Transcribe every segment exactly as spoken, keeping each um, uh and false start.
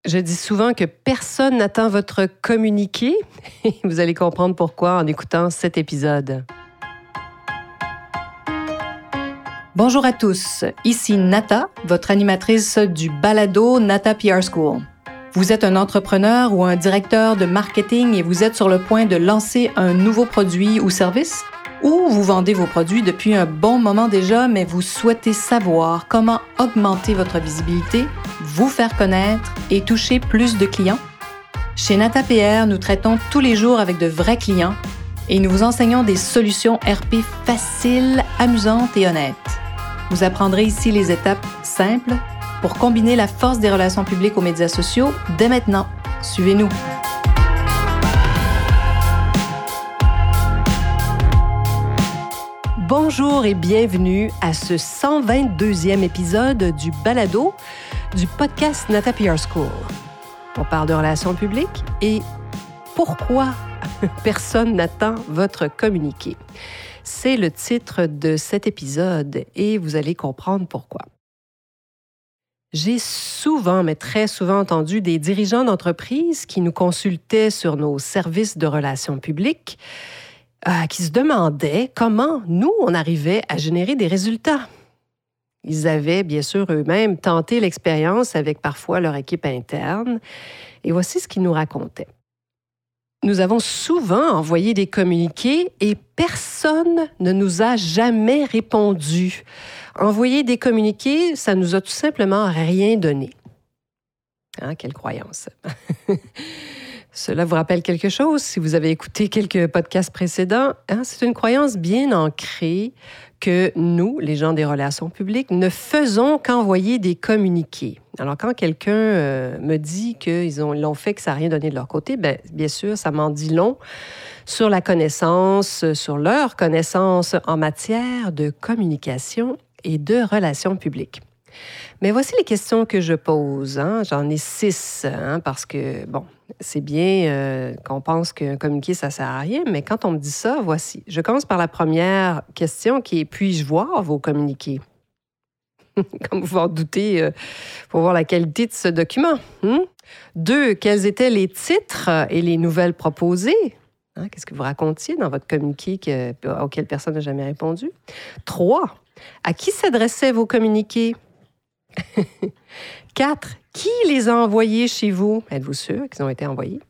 Je dis souvent que personne n'attend votre communiqué. Vous allez comprendre pourquoi en écoutant cet épisode. Bonjour à tous, ici Nata, votre animatrice du balado Nata P R School. Vous êtes un entrepreneur ou un directeur de marketing et vous êtes sur le point de lancer un nouveau produit ou service? Ou vous vendez vos produits depuis un bon moment déjà, mais vous souhaitez savoir comment augmenter votre visibilité, vous faire connaître et toucher plus de clients? Chez Nata P R, nous traitons tous les jours avec de vrais clients et nous vous enseignons des solutions R P faciles, amusantes et honnêtes. Vous apprendrez ici les étapes simples pour combiner la force des relations publiques aux médias sociaux dès maintenant. Suivez-nous. Bonjour et bienvenue à ce cent vingt-deuxième épisode du balado du podcast Nata P R School. On parle de relations publiques et pourquoi personne n'attend votre communiqué. C'est le titre de cet épisode et vous allez comprendre pourquoi. J'ai souvent, mais très souvent entendu des dirigeants d'entreprises qui nous consultaient sur nos services de relations publiques Euh, qui se demandaient comment nous, on arrivait à générer des résultats. Ils avaient, bien sûr, eux-mêmes tenté l'expérience avec parfois leur équipe interne. Et voici ce qu'ils nous racontaient. Nous avons souvent envoyé des communiqués et personne ne nous a jamais répondu. Envoyer des communiqués, ça nous a tout simplement rien donné. Hein, quelle croyance! Cela vous rappelle quelque chose si vous avez écouté quelques podcasts précédents. Hein? C'est une croyance bien ancrée que nous, les gens des relations publiques, ne faisons qu'envoyer des communiqués. Alors, quand quelqu'un euh, me dit qu'ils ont, l'ont fait, que ça n'a rien donné de leur côté, bien, bien sûr, ça m'en dit long sur la connaissance, sur leur connaissance en matière de communication et de relations publiques. Mais voici les questions que je pose. Hein? J'en ai six, hein, parce que, bon, c'est bien euh, qu'on pense qu'un communiqué, ça ne sert à rien, mais quand on me dit ça, voici. Je commence par la première question qui est « Puis-je voir vos communiqués? » Comme vous vous en doutez, il euh, faut voir la qualité de ce document. Hum? Deux, quels étaient les titres et les nouvelles proposées? Hein? Qu'est-ce que vous racontiez dans votre communiqué que, auquel personne n'a jamais répondu? Trois, à qui s'adressaient vos communiqués? Quatre, qui les a envoyés chez vous? Êtes-vous sûr qu'ils ont été envoyés?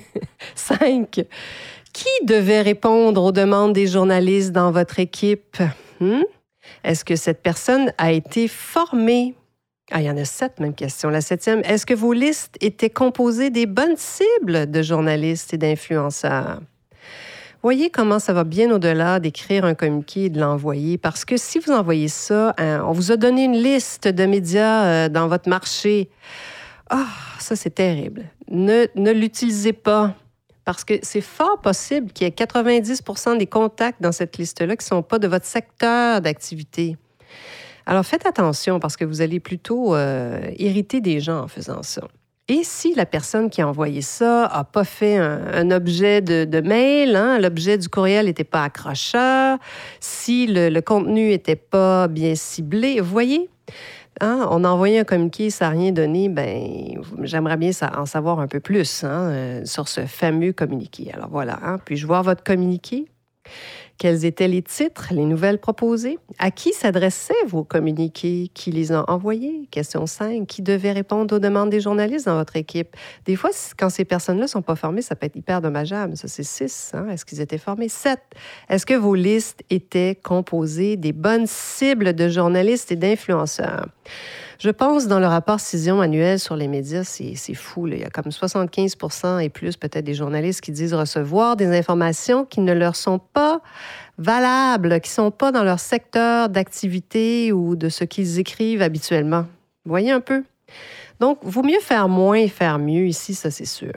Cinq, qui devait répondre aux demandes des journalistes dans votre équipe? Hmm? Est-ce que cette personne a été formée? Ah, il y en a sept, même question. La septième, est-ce que vos listes étaient composées des bonnes cibles de journalistes et d'influenceurs? Voyez comment ça va bien au-delà d'écrire un communiqué et de l'envoyer, parce que si vous envoyez ça, hein, on vous a donné une liste de médias euh, dans votre marché. Ah, oh, ça, c'est terrible. Ne, ne l'utilisez pas, parce que c'est fort possible qu'il y ait quatre-vingt-dix pour cent des contacts dans cette liste-là qui ne sont pas de votre secteur d'activité. Alors, faites attention, parce que vous allez plutôt euh, irriter des gens en faisant ça. Et si la personne qui a envoyé ça n'a pas fait un, un objet de, de mail, hein, l'objet du courriel n'était pas accrocheur, si le, le contenu n'était pas bien ciblé, vous voyez, hein, on a envoyé un communiqué, ça n'a rien donné, ben, j'aimerais bien en savoir un peu plus hein, euh, sur ce fameux communiqué. Alors voilà, hein, puis-je voir votre communiqué? Quels étaient les titres, les nouvelles proposées? À qui s'adressaient vos communiqués? Qui les a envoyés? Question cinq. Qui devait répondre aux demandes des journalistes dans votre équipe? Des fois, quand ces personnes-là ne sont pas formées, ça peut être hyper dommageable. Ça, c'est six. Hein? Est-ce qu'ils étaient formés? sept. Est-ce que vos listes étaient composées des bonnes cibles de journalistes et d'influenceurs? Je pense, dans le rapport Cision annuel sur les médias, c'est, c'est fou. Là. Il y a comme soixante-quinze pour cent et plus peut-être des journalistes qui disent recevoir des informations qui ne leur sont pas valables, qui ne sont pas dans leur secteur d'activité ou de ce qu'ils écrivent habituellement. Vous voyez un peu? Donc, vaut mieux faire moins et faire mieux ici, ça c'est sûr.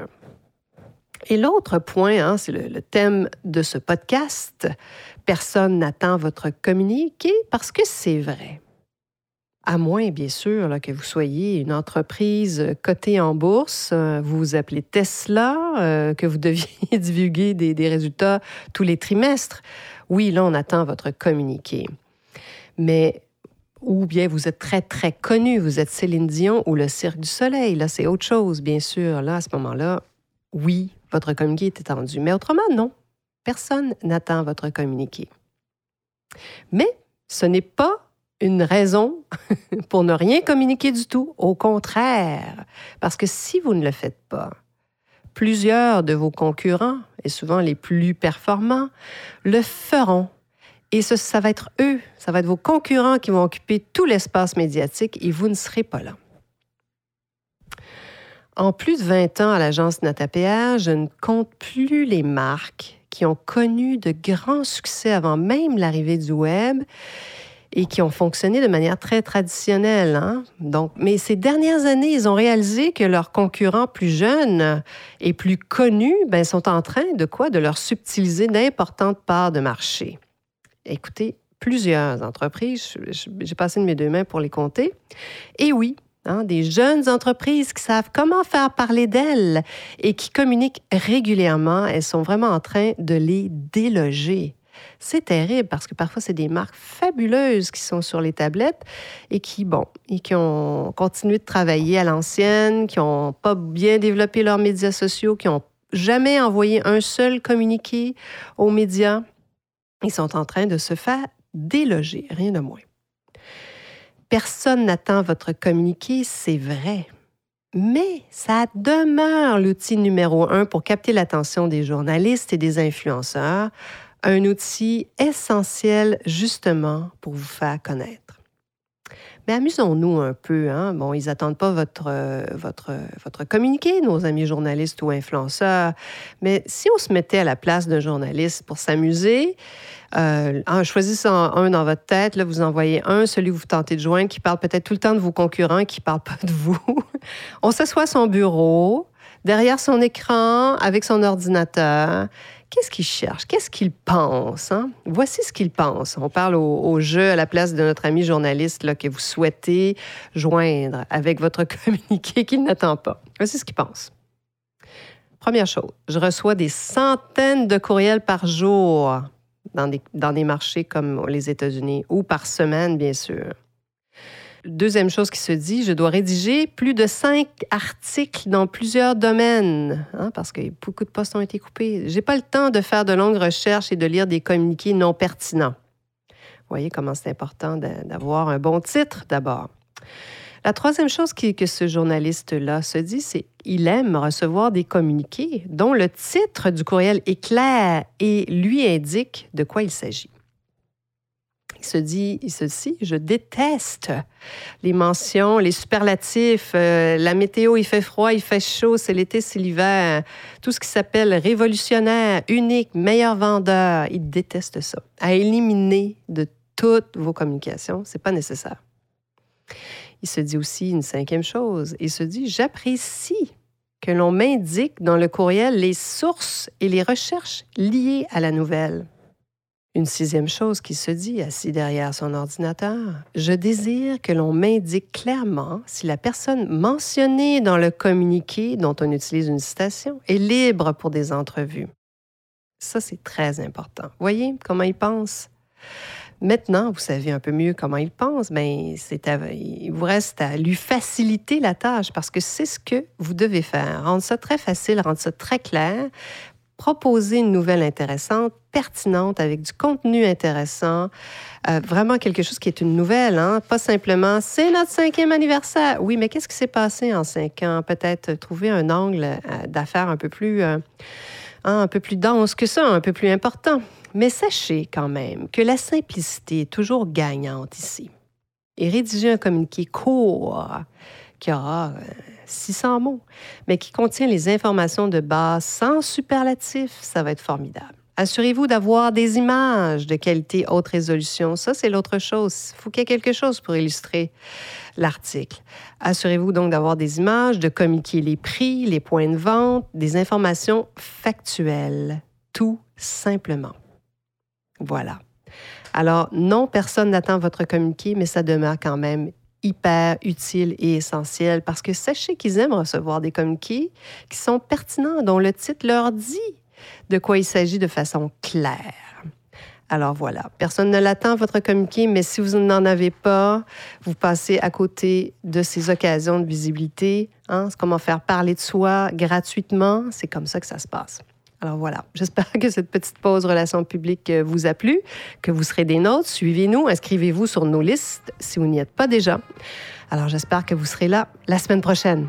Et l'autre point, hein, c'est le, le thème de ce podcast. Personne n'attend votre communiqué parce que c'est vrai. À moins, bien sûr, là, que vous soyez une entreprise cotée en bourse, euh, vous vous appelez Tesla, euh, que vous deviez divulguer des, des résultats tous les trimestres. Oui, là, on attend votre communiqué. Mais Ou bien vous êtes très, très connu, vous êtes Céline Dion ou le Cirque du Soleil. Là, c'est autre chose, bien sûr. Là, à ce moment-là, oui, votre communiqué est étendu. Mais autrement, non. Personne n'attend votre communiqué. Mais ce n'est pas une raison pour ne rien communiquer du tout. Au contraire, parce que si vous ne le faites pas, plusieurs de vos concurrents, et souvent les plus performants, le feront. Et ce, ça va être eux, ça va être vos concurrents qui vont occuper tout l'espace médiatique et vous ne serez pas là. En plus de vingt ans à l'agence NataPR, je ne compte plus les marques qui ont connu de grands succès avant même l'arrivée du web et qui ont fonctionné de manière très traditionnelle. Hein? Donc, mais ces dernières années, ils ont réalisé que leurs concurrents plus jeunes et plus connus ben, sont en train de quoi? De leur subtiliser d'importantes parts de marché. Écoutez, plusieurs entreprises, j'ai passé de mes deux mains pour les compter. Et oui, hein, des jeunes entreprises qui savent comment faire parler d'elles et qui communiquent régulièrement, elles sont vraiment en train de les déloger. C'est terrible parce que parfois, c'est des marques fabuleuses qui sont sur les tablettes et qui, bon, et qui ont continué de travailler à l'ancienne, qui n'ont pas bien développé leurs médias sociaux, qui n'ont jamais envoyé un seul communiqué aux médias. Ils sont en train de se faire déloger, rien de moins. Personne n'attend votre communiqué, c'est vrai. Mais ça demeure l'outil numéro un pour capter l'attention des journalistes et des influenceurs, un outil essentiel justement pour vous faire connaître. Mais amusons-nous un peu. Hein? Bon, ils n'attendent pas votre, euh, votre, votre communiqué, nos amis journalistes ou influenceurs. Mais si on se mettait à la place d'un journaliste pour s'amuser, euh, en choisissant un dans votre tête, là, vous envoyez un, celui que vous tentez de joindre, qui parle peut-être tout le temps de vos concurrents, qui ne parle pas de vous. On s'assoit à son bureau, derrière son écran, avec son ordinateur. Qu'est-ce qu'il cherche? Qu'est-ce qu'il pense? Hein? Voici ce qu'il pense. On parle au, au jeu à la place de notre ami journaliste là, que vous souhaitez joindre avec votre communiqué qu'il n'attend pas. Voici ce qu'il pense. Première chose, je reçois des centaines de courriels par jour dans des, dans des marchés comme les États-Unis ou par semaine, bien sûr. Deuxième chose qui se dit, je dois rédiger plus de cinq articles dans plusieurs domaines, hein, parce que beaucoup de postes ont été coupés. Je n'ai pas le temps de faire de longues recherches et de lire des communiqués non pertinents. Vous voyez comment c'est important d'avoir un bon titre d'abord. La troisième chose qui, que ce journaliste-là se dit, c'est qu'il aime recevoir des communiqués dont le titre du courriel est clair et lui indique de quoi il s'agit. Il se dit ceci, je déteste les mentions, les superlatifs, euh, la météo, il fait froid, il fait chaud, c'est l'été, c'est l'hiver, tout ce qui s'appelle révolutionnaire, unique, meilleur vendeur, il déteste ça. À éliminer de toutes vos communications, c'est pas nécessaire. Il se dit aussi une cinquième chose, il se dit, j'apprécie que l'on m'indique dans le courriel les sources et les recherches liées à la nouvelle. Une sixième chose qui se dit, assis derrière son ordinateur, je désire que l'on m'indique clairement si la personne mentionnée dans le communiqué dont on utilise une citation est libre pour des entrevues. Ça, c'est très important. Voyez comment il pense? Maintenant, vous savez un peu mieux comment il pense, bien, c'est à, il vous reste à lui faciliter la tâche parce que c'est ce que vous devez faire. Rendre ça très facile, rendre ça très clair, proposer une nouvelle intéressante, pertinente, avec du contenu intéressant, euh, vraiment quelque chose qui est une nouvelle, hein? Pas simplement « c'est notre cinquième anniversaire ». Oui, mais qu'est-ce qui s'est passé en cinq ans? Peut-être trouver un angle euh, d'affaires un peu plus, euh, hein, un peu plus dense que ça, un peu plus important. Mais sachez quand même que la simplicité est toujours gagnante ici. Et rédiger un communiqué court qui aura euh, six cents mots, mais qui contient les informations de base sans superlatif, ça va être formidable. Assurez-vous d'avoir des images de qualité haute résolution. Ça, c'est l'autre chose. Il faut qu'il y ait quelque chose pour illustrer l'article. Assurez-vous donc d'avoir des images, de communiquer les prix, les points de vente, des informations factuelles, tout simplement. Voilà. Alors, non, personne n'attend votre communiqué, mais ça demeure quand même hyper utile et essentiel parce que sachez qu'ils aiment recevoir des communiqués qui sont pertinents, dont le titre leur dit de quoi il s'agit de façon claire. Alors voilà, personne ne l'attend, votre communiqué, mais si vous n'en avez pas, vous passez à côté de ces occasions de visibilité. Hein? C'est comment faire parler de soi gratuitement. C'est comme ça que ça se passe. Alors voilà, j'espère que cette petite pause relations publiques vous a plu, que vous serez des nôtres. Suivez-nous, inscrivez-vous sur nos listes si vous n'y êtes pas déjà. Alors j'espère que vous serez là la semaine prochaine.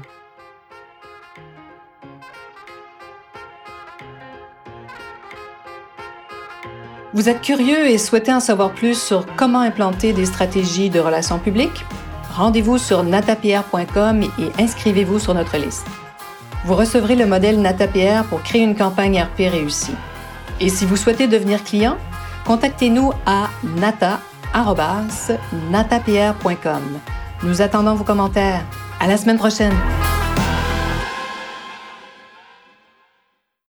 Vous êtes curieux et souhaitez en savoir plus sur comment implanter des stratégies de relations publiques? Rendez-vous sur natapierre point com et inscrivez-vous sur notre liste. Vous recevrez le modèle NataPR pour créer une campagne R P réussie. Et si vous souhaitez devenir client, contactez-nous à nata arobase natapierre point com. Nous attendons vos commentaires. À la semaine prochaine!